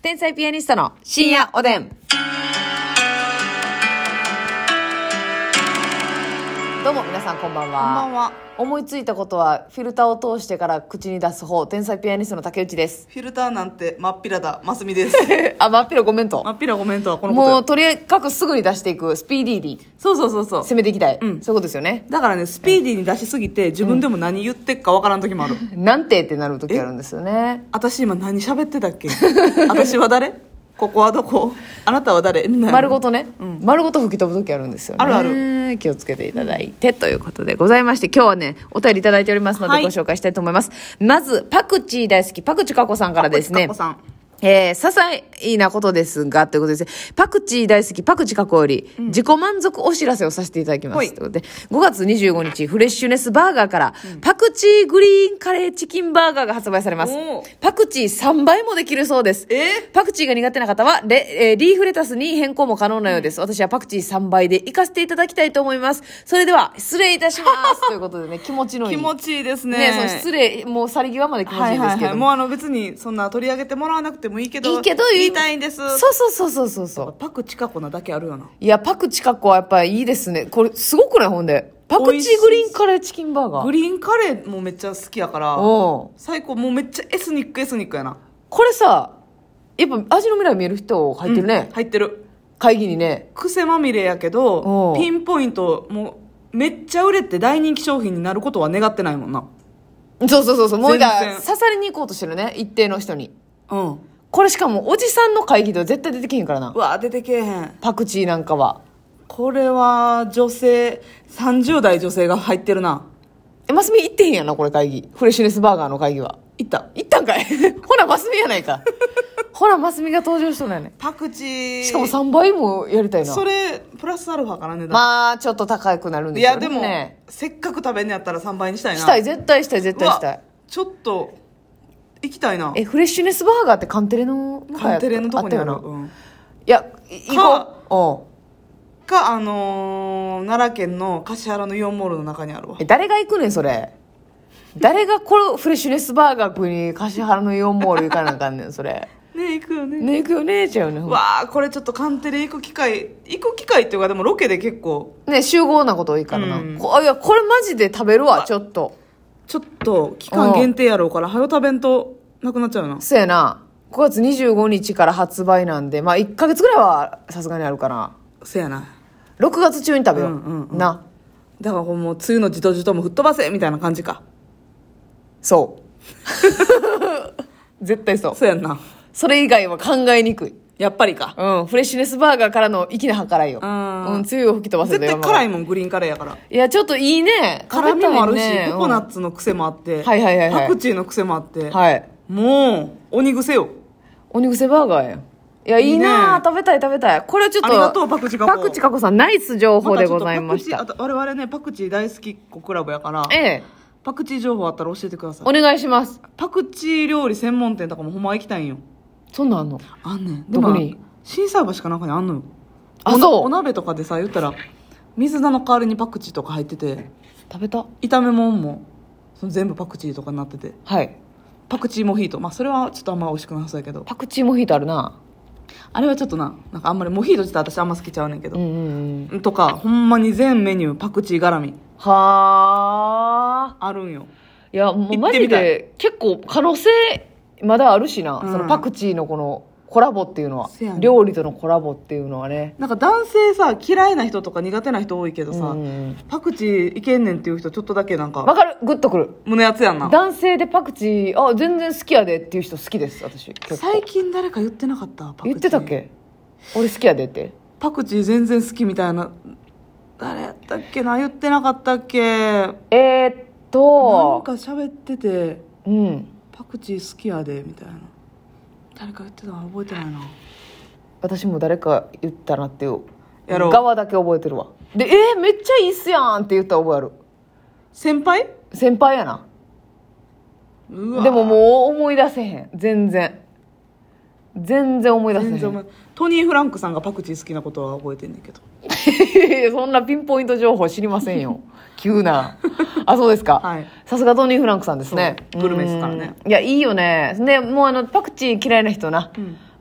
天才ピアニストの深夜おでん。どうも皆さんこんばんは。 こんばんは。 思いついたことはフィルターを通してから口に出す方、天才ピアニストの竹内です。 フィルターなんて真っ平だ、ますみです。 あ、真っ平ごめんと。 真っ平ごめんとはこのことよ。 もうとにかくすぐに出していく、スピーディーにそう攻めていきたい、 うんそういうことですよね。 だからね、スピーディーに出しすぎて自分でも何言ってっかわからん時もある。 なんてってなる時あるんですよね。 私今何喋ってたっけ？私は誰？ここはどこ？あなたは誰？ 丸ごとね、 うん丸ごと吹き飛ぶ時あるんですよね。 あるある。 気をつけていただいて、ということでございまして、今日はねお便りいただいておりますので、 はいご紹介したいと思います。まずパクチー大好きパクチカコさんからですね。 パクチカコさん。 些細なことですが、ということですね。パクチー大好き、パクチ過去より、自己満足お知らせをさせていただきます。 はいということで、5月25日、フレッシュネスバーガーから、パクチーグリーンカレーチキンバーガーが発売されますおー。 パクチー3倍もできるそうです。パクチーが苦手な方はリーフレタスに変更も可能なようです。私はパクチー3倍で行かせていただきたいと思います。それでは、失礼いたします。ということでね、気持ちのいい。 気持ちいいですね。 ね、その失礼、もう去り際まで気持ちいいんですけども。 もう別にそんな取り上げてもらわなくてもいいけど。 いいけど言いたいんです。 そう。 パクチカコなだけあるよな。 いや、パクチカコはやっぱりいいですね。これ、すごくないほんで。パクチーグリーンカレーチキンバーガー。 グリーンカレーもめっちゃ好きやからおう最高。もうめっちゃエスニックやな。 これさ、やっぱ味の未来見える人入ってるね。 入ってる。 会議にね。 癖まみれやけおうどピンポイントもうめっちゃ売れて大人気商品になることは願ってないもんな。 そう。もうだ全然刺さりに行こうとしてるね。一定の人に。 うんこれしかもおじさんの会議では絶対出てけへんからな。 うわ出てけえへん。 パクチーなんかは。 これは女性30代女性が入ってるな。 マスミ行ってへんやんな、これ会議。フレッシュネスバーガーの会議は。 いった行ったんかいほな、マスミやないか。ほな、マスミが登場しとんのやね。 パクチー。 しかも3倍もやりたいな。 それプラスアルファかな値段。 まあ、ちょっと高くなるんでいすよね。 やでもせっかく食べんのやったら3倍にしたいな。 したい、絶対したい。 うわい。 ちょっと行きたいな。 フレッシュネスバーガーってカンテレの中カンテレのとこにある。 ったよな。 うんいや、行こう。 か奈良県の橿原のイオンモールの中にあるわ。 誰が行くねん、それ。誰がこれ、フレッシュネスバーガー食いに橿原のイオンモール行かなあかんねん、それ。 ね行くよね。 ね、行くよね、ちゃうねん。 わあこれちょっとカンテレ行く機会っていうかでもロケで結構ね、集合なこと多いからな。 うんいや、これマジで食べるわ、ちょっと。 ちょっと期間限定やろうから早食べんとなくなっちゃうな。 そうやな。5月25日から発売なんで、まあ1ヶ月ぐらいはさすがにあるかな。 せやな。 6月中に食べよう。 うんな。 だからもう梅雨のじとじとも吹っ飛ばせみたいな感じか。 そう絶対そう。 そうやんな。 それ以外は考えにくい。 やっぱりか。 フレッシュネスバーガーからの粋な計らいよ。つゆを吹き飛ばせ絶対辛いももんグリーンカレーやから。 いや、ちょっといいね。 辛みもあるし、 食べたいねココナッツの癖もあって、 はいパクチーの癖もあって、 はい。 もう鬼癖よ。 鬼癖バーガーやん。いや、いいなぁ。 いいね食べたい。これはちょっと。 ありがとうパクチカコパクチカコさん、ナイス情報でございました。 あと我々ねパクチー大好きっ子クラブやから、パクチー情報あったら教えてください。 お願いします。 パクチー料理専門店とかもほんま行きたいんよ。 そんなんあんの？ あんねん。 どこに？ 心斎橋かなんかにあんのよ。 そう。 お鍋とかでさ言ったら水菜の代わりにパクチーとか入ってて、 食べた？ 炒め物もその全部パクチーとかになってて、 はい。 パクチーモヒート、まあそれはちょっとあんま美味しくなさそうやけど、 パクチーモヒートあるな。 あれはちょっとなんかあんまりモヒート自体私あんま好きちゃうねんけど、 うん。 とかほんまに全メニューパクチー絡みはあるんよ。 いや、もうマジ行ってみたで結構可能性まだあるしな。 うんそのパクチーのこのコラボっていうのはせやね。 料理とのコラボっていうのはね。 なんか男性さ嫌いな人とか苦手な人多いけどさ、 うんパクチーいけんねんっていう人ちょっとだけなんかわかる、グッとくる。 胸熱やんな。 男性でパクチー、全然好きやでっていう人好きです、私。結構最近誰か言ってなかったパクチー言ってたっけ？俺好きやでって。 パクチー全然好きみたいな。誰やったっけな、言ってなかったっけ。なんか喋っててパクチー好きやでみたいな誰か言ってたの覚えてないな。 私も誰か言ったなっていうやろう側だけ覚えてるわ。で、めっちゃいいっすやんって言った覚えある。 先輩先輩やな。 うわでももう思い出せへん。全然思い出せへん。 全然思いトニー・フランクさんがパクチー好きなことは覚えてんねんけど。 そんなピンポイント情報知りませんよ。急な。あ、そうですか。 はいさすがトニー・フランクさんですね。 そうグルメですからね。 いや、いいよね。で、もうパクチー嫌いな人な。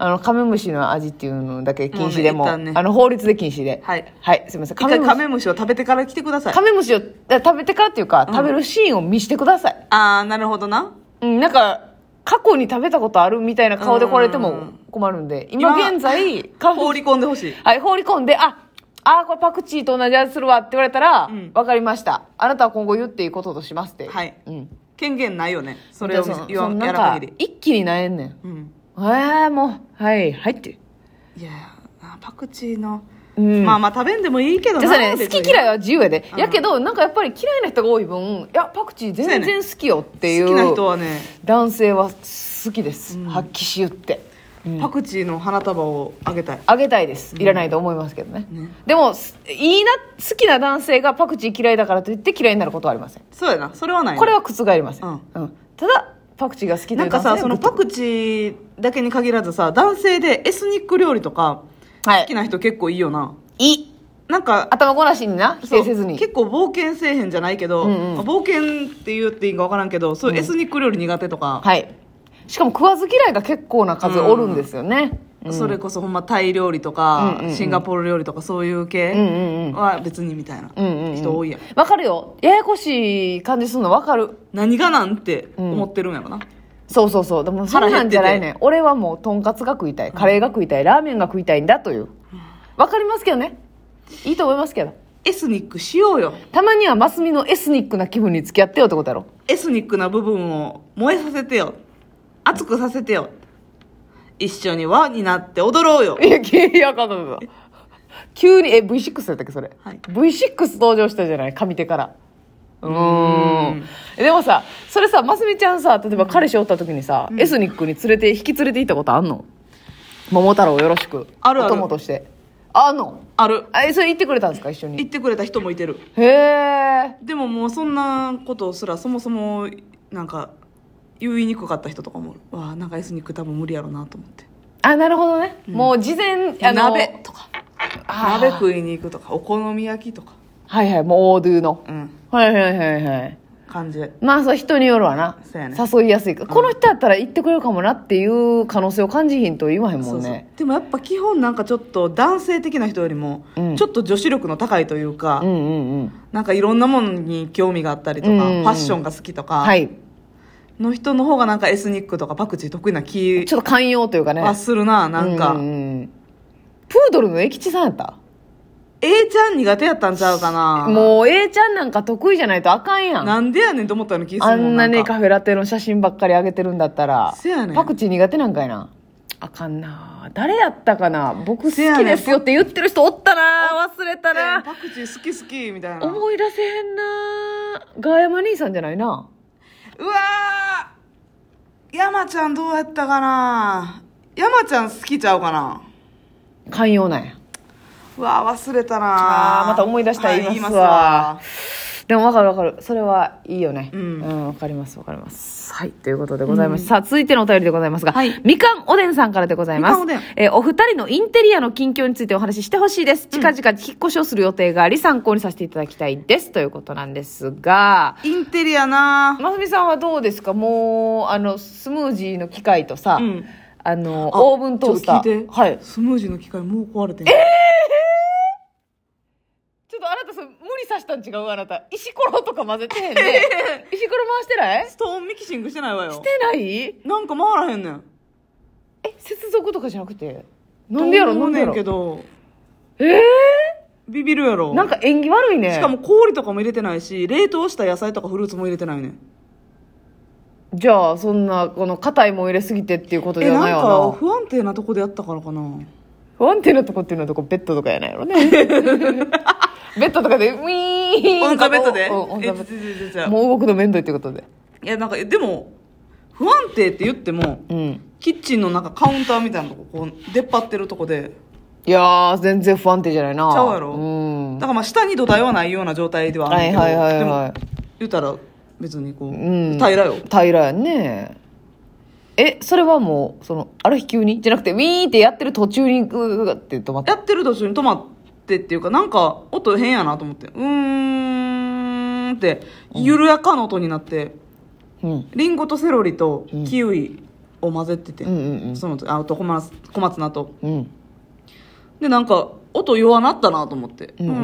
カメムシの味っていうのだけ禁止でも、 もうね法律で禁止で。 はい。 はい、すみません。 一回カメムシを食べてから来てください。 カメムシを食べてからっていうか、食べるシーンを見してください。 なるほどな。 なんか、過去に食べたことあるみたいな顔で来られても困るんで、今現在、 放り込んでほしい。 はい、放り込んで、これパクチーと同じ味するわって言われたら、わかりました。あなたは今後言っていいこととしますって。 はい。権限ないよね。それをやら限り。 一気になえんねん。もう、はい、はいって。 いやパクチーの、まあ食べんでもいいけどな。 好き嫌いは自由やで。やけど、なんかやっぱり嫌いな人が多い分、いや、パクチー全然好きよっていう。 好きな人はね、男性は好きです。発揮し言って。 パクチーの花束をあげたい。 あげたいです。いらないと思いますけどね。でも、好きな男性がパクチー嫌いだからといって嫌いになることはありません。 そうやな。それはない。 これは覆りません。ただ、パクチーが好きという男性はなんかさ、そのパクチーだけに限らずさ、男性でエスニック料理とか、好きな人結構いいよな。 いい。 なんか、 頭ごなしにな、否定せずに。 結構冒険せえへんじゃないけど、冒険って言っていいか分からんけど、そういうエスニック料理苦手とか。 はい。しかも食わず嫌いが結構な数おるんですよね。 それこそほんまタイ料理とか、シンガポール料理とかそういう系は別にみたいな人多いやん。 わかるよ。ややこしい感じするのわかる。 何がなんて思ってるんやろな。 そうそうそう。でもそんなんじゃないね。俺はもうとんかつが食いたい、カレーが食いたい、ラーメンが食いたいんだという。わかりますけどね。いいと思いますけど。 エスニックしようよ。 たまにはマスミのエスニックな気分に付き合ってよってことやろ。 エスニックな部分を燃えさせてよ。熱くさせてよ。一緒に輪になって踊ろうよ。 いや、かん。急に、V6 やったっけそれ。はい、V6 登場したじゃない、上手から。でもさ、それさ、ますみちゃんさ、例えば彼氏おった時にさ、エスニックに引き連れて行ったことあんの？桃太郎よろしく。 あるある。 お供として。あんの？ ある。 それ言ってくれたんですか、一緒に。 言ってくれた人もいてる。 へえ。 でももうそんなことすらそもそも、なんか、言いにくかった人とかも、なんかエスニック多分無理やろなと思って。 なるほどね。もう事前、 鍋とか。鍋食いに行くとか、お好み焼きとか。 はいはい、もうオードゥーの。はい。感じ。まあそう、人によるわな。そうやね。誘いやすい。この人やったら行ってくれるかもなっていう可能性を感じひんと言わへんもんね。そうでもやっぱ基本なんかちょっと男性的な人よりも、ちょっと女子力の高いというか、なんかいろんなものに興味があったりとか、ファッションが好きとか、の人の方がなんかエスニックとかパクチー得意な気ちょっと寛容というかねはするな。なんか、 プードルのエキチさんやった？ A ちゃん苦手やったんちゃうかな。 もう A ちゃんなんか得意じゃないとあかんやん。 なんでやねんと思ったの気するもん。 あんなねカフェラテの写真ばっかり上げてるんだったら。 せやねん。 パクチー苦手なんかいな。あかんな。誰やったかな。僕好きですよって言ってる人おったな。忘れたな。 パクチー好きみたいな。 思い出せへんな。ガーヤマ兄さんじゃないな。 うわー、山ちゃんどうやったかな。山ちゃん好きちゃうかな。 寛容なんや。 うわー、忘れたな。 また思い出したら言いますわ。でも分かる。それはいいよね。分かります。はい。ということでございます。さあ、続いてのお便りでございますが、みかんおでんさんからでございます。お二人のインテリアの近況についてお話ししてほしいです。近々引っ越しをする予定があり、参考にさせていただきたいです。ということなんですが、 インテリアな。 ますみさんはどうですか？もう、スムージーの機械とさ、オーブントースター。 ちょっと聞いて。はい。スムージーの機械もう壊れてん。 ちょっとあなた無理させたん違う？あなた石ころとか混ぜてへんね。石ころ回してない？ ストーンミキシングしてないわよ。 してない？ なんか回らへんねん。 接続とかじゃなくてなんでやろ？ なんでやろけどビビるやろ。 なんか縁起悪いね。 しかも氷とかも入れてないし、冷凍した野菜とかフルーツも入れてないねん。 じゃあそんなこの硬いもん入れすぎてっていうことじゃないわな。 なんか不安定なとこでやったからかな。 不安定なとこっていうのはどこ？ベッドとかやないやろね。ベッドとかでウィーン。 オンザベッドでもう動くの面倒いってことで。 いやなんかでも不安定って言っても、キッチンのなんかカウンターみたいなとここう出っ張ってるとこで。 いやー全然不安定じゃないな。 ちゃうやろ。だからまあ下に土台はないような状態ではあるけど、でも言ったら別にこう、平らよ。 平らやね。それはもうある日急にじゃなくてウィーンってやってる途中にグーって止まって。 やってる途中に止まってっていうかなんか音変やなと思ってって緩やかな音になって、リンゴとセロリとキウイを混ぜてて、 うんうんうん、 その小松菜と、 うん、 でなんか音弱なったなと思って、 うんうん、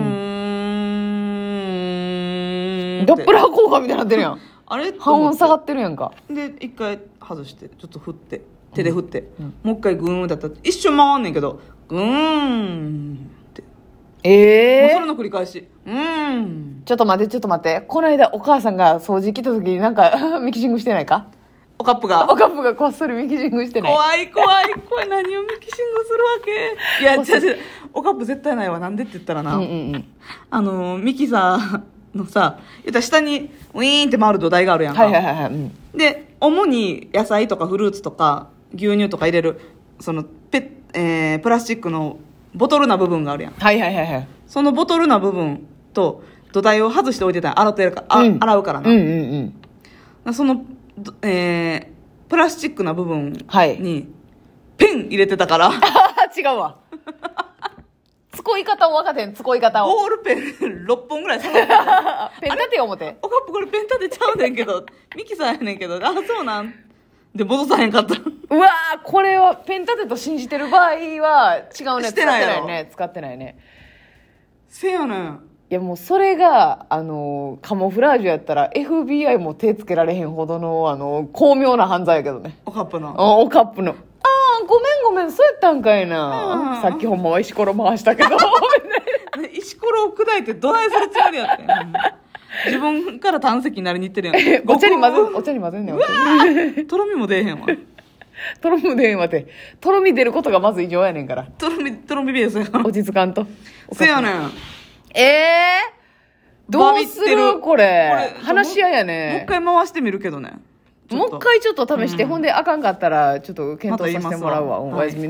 ドップラー効果みたいになってるやんあれ半音下がってるやんか。 で一回外してちょっと振って手で振って、うん、もう一回グーンだったら一瞬回んねんけどグーンってもうそれの繰り返し。 ちょっと待ってこの間お母さんが掃除来た時になんかミキシングしてないか。 おカップがこっそりミキシングしてない。 怖い何をミキシングするわけ。いや違うおカップ絶対ないわ。なんでって言ったらな、うんうんうん、ミキサーのさ言ったら下にウィーンって回る土台があるやんか、 はいはいはいはい、うん、 で主に野菜とかフルーツとか牛乳とか入れるそのプラスチックのボトルな部分があるやん。 はいはいはいはい。 そのボトルな部分と土台を外しておいてたら洗うからな、うんうんうん、その、プラスチックな部分にペン入れてたから、 違うわ使い方を分かってん。使い方をボールペン6本ぐらい使ってペン立て思ておかっぱこれペン立てちゃうねんけどミキサーやねんけどそうなんで戻さへんかったうわーこれはペン立てと信じてる場合は違うね。 してないやろ。 使ってないね。 せやねん。 いやもうそれがカモフラージュやったら FBI も手つけられへんほどの巧妙な犯罪やけどね。 おカップのごめんそうやったんかいな、さっきほんまは石ころ回したけど石ころを砕いてどないするつもりやってん自分から胆石になりにいってるやん。 お茶に混ぜんねん。 とろみも出えへんわ。 とろみ出えへんわって。とろみ出ることがまず異常やねんから。 とろみベースやから。 落ち着かんと。 せやねん。 どうするこれ。話し合いやね。 もう一回回してみるけどね。 もう一回ちょっと試して、ほんであかんかったらちょっと検討させてもらうわ。おやすみ。